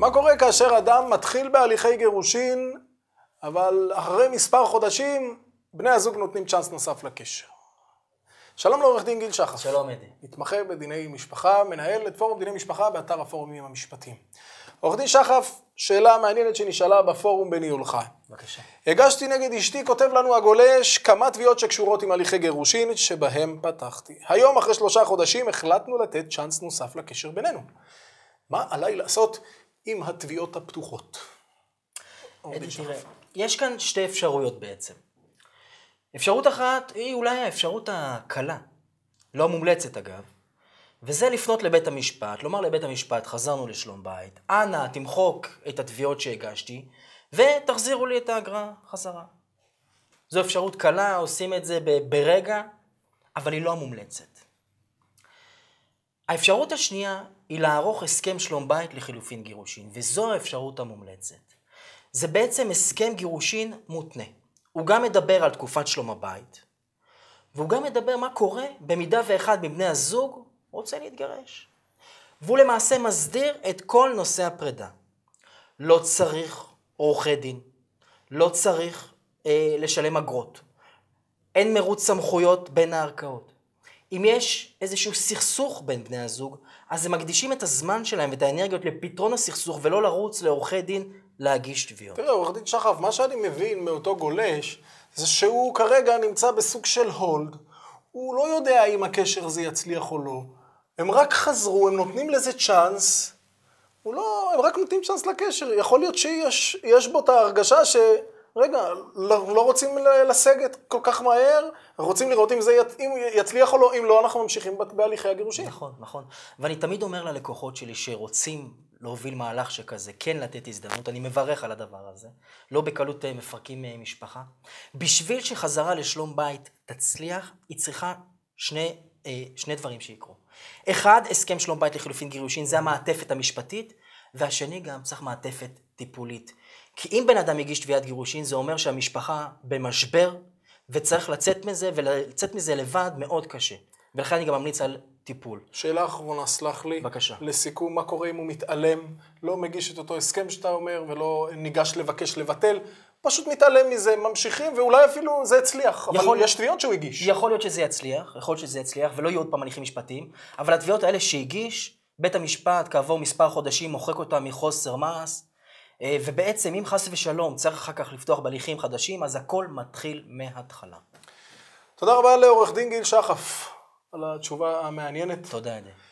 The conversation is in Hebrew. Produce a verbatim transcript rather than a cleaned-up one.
מה קורה כאשר אדם מתחיל בהליכי גירושין, אבל אחרי מספר חודשים בני הזוג נותנים צ'אנס נוסף לקשר? שלום לעורך דין גיל שחף. שלום אדי. מתמחה בדיני משפחה, מנהל את פורום דיני משפחה באתר הפורומים המשפטיים. עורך דין שחף, שאלה מעניינת שנשאלה בפורום בניהולך. בבקשה. הגשתי נגד אשתי, כותב לנו הגולש, כמה תביעות שקשורות עם הליכי גירושין שבהם פתחתי. היום אחרי שלושה חודשים החלטנו לתת צ'אנס נוסף לקשר בינינו. מה עליי לעשות עם התביעות הפתוחות? אדי, תראה, יש כאן שתי אפשרויות בעצם. אפשרות אחת היא אולי האפשרות הקלה, לא מומלצת אגב, וזה לפנות לבית המשפט, לומר לבית המשפט, חזרנו לשלום בית, אנא תמחוק את התביעות שהגשתי, ותחזירו לי את האגרה חזרה. זו אפשרות קלה, עושים את זה ברגע, אבל היא לא המומלצת. האפשרות השנייה היא לערוך הסכם שלום בית לחילופין גירושין, וזו האפשרות המומלצת. זה בעצם הסכם גירושין מותנה. הוא גם מדבר על תקופת שלום הבית, והוא גם מדבר מה קורה במידה ואחד מבני הזוג רוצה להתגרש. והוא למעשה מסדיר את כל נושא הפרידה. לא צריך עורכי דין, לא צריך אה, לשלם אגרות. אין מרוץ סמכויות בין הערכאות. אם יש איזשהו סכסוך בין בני הזוג, אז הם מקדישים את הזמן שלהם ואת האנרגיות לפתרון הסכסוך, ולא לרוץ לעורכי דין להגיש תביעות. תראה, עורך דין שחף, מה שאני מבין מאותו גולש, זה שהוא כרגע נמצא בסוג של הולד. הוא לא יודע אם הקשר הזה יצליח או לא. הם רק חזרו, הם נותנים לזה צ'אנס. הוא לא, הם רק נותנים צ'אנס לקשר. יכול להיות שיש יש בו את ההרגשה ש... רגע, לא, לא רוצים לסגת כל כך מהר, רוצים לראות אם זה ית, אם יצליח או לא, אם לא, אנחנו ממשיכים בהליכי הגירושים. נכון, נכון. ואני תמיד אומר ללקוחות שלי שרוצים להוביל מהלך שכזה, כן לתת הזדמנות, אני מברך על הדבר הזה, לא בקלות מפרקים משפחה. בשביל שחזרה לשלום בית תצליח, היא צריכה שני, שני דברים שיקרו. אחד, הסכם שלום בית לחילופין גירושין, זה המעטפת המשפטית, והשני גם צריך מעטפת טיפולית. כי אם בן אדם יגיש תביעת גירושין, זה אומר שהמשפחה במשבר, וצריך לצאת מזה, ולצאת מזה לבד מאוד קשה. ולכן אני גם ממליץ על טיפול. שאלה אחרונה, סלח לי. בבקשה. לסיכום, מה קורה אם הוא מתעלם, לא מגיש את אותו הסכם שאתה אומר, ולא ניגש לבקש לבטל, פשוט מתעלם מזה, ממשיכים, ואולי אפילו זה הצליח. אבל יש תביעות שהוא הגיש. יכול להיות שזה יצליח, יכול להיות שזה יצליח, ולא יהיו עוד פעם הליכים משפטיים, אבל התביעות האלה שהגיש, בית המשפט כעבור מספר חודשים מוחק אותם מחוסר מעש, ובעצם אם חס ושלום צריך אחר כך לפתוח בהליכים חדשים, אז הכל מתחיל מההתחלה. תודה רבה לעורך דין גיל שחף על התשובה המעניינת. תודה, אדי.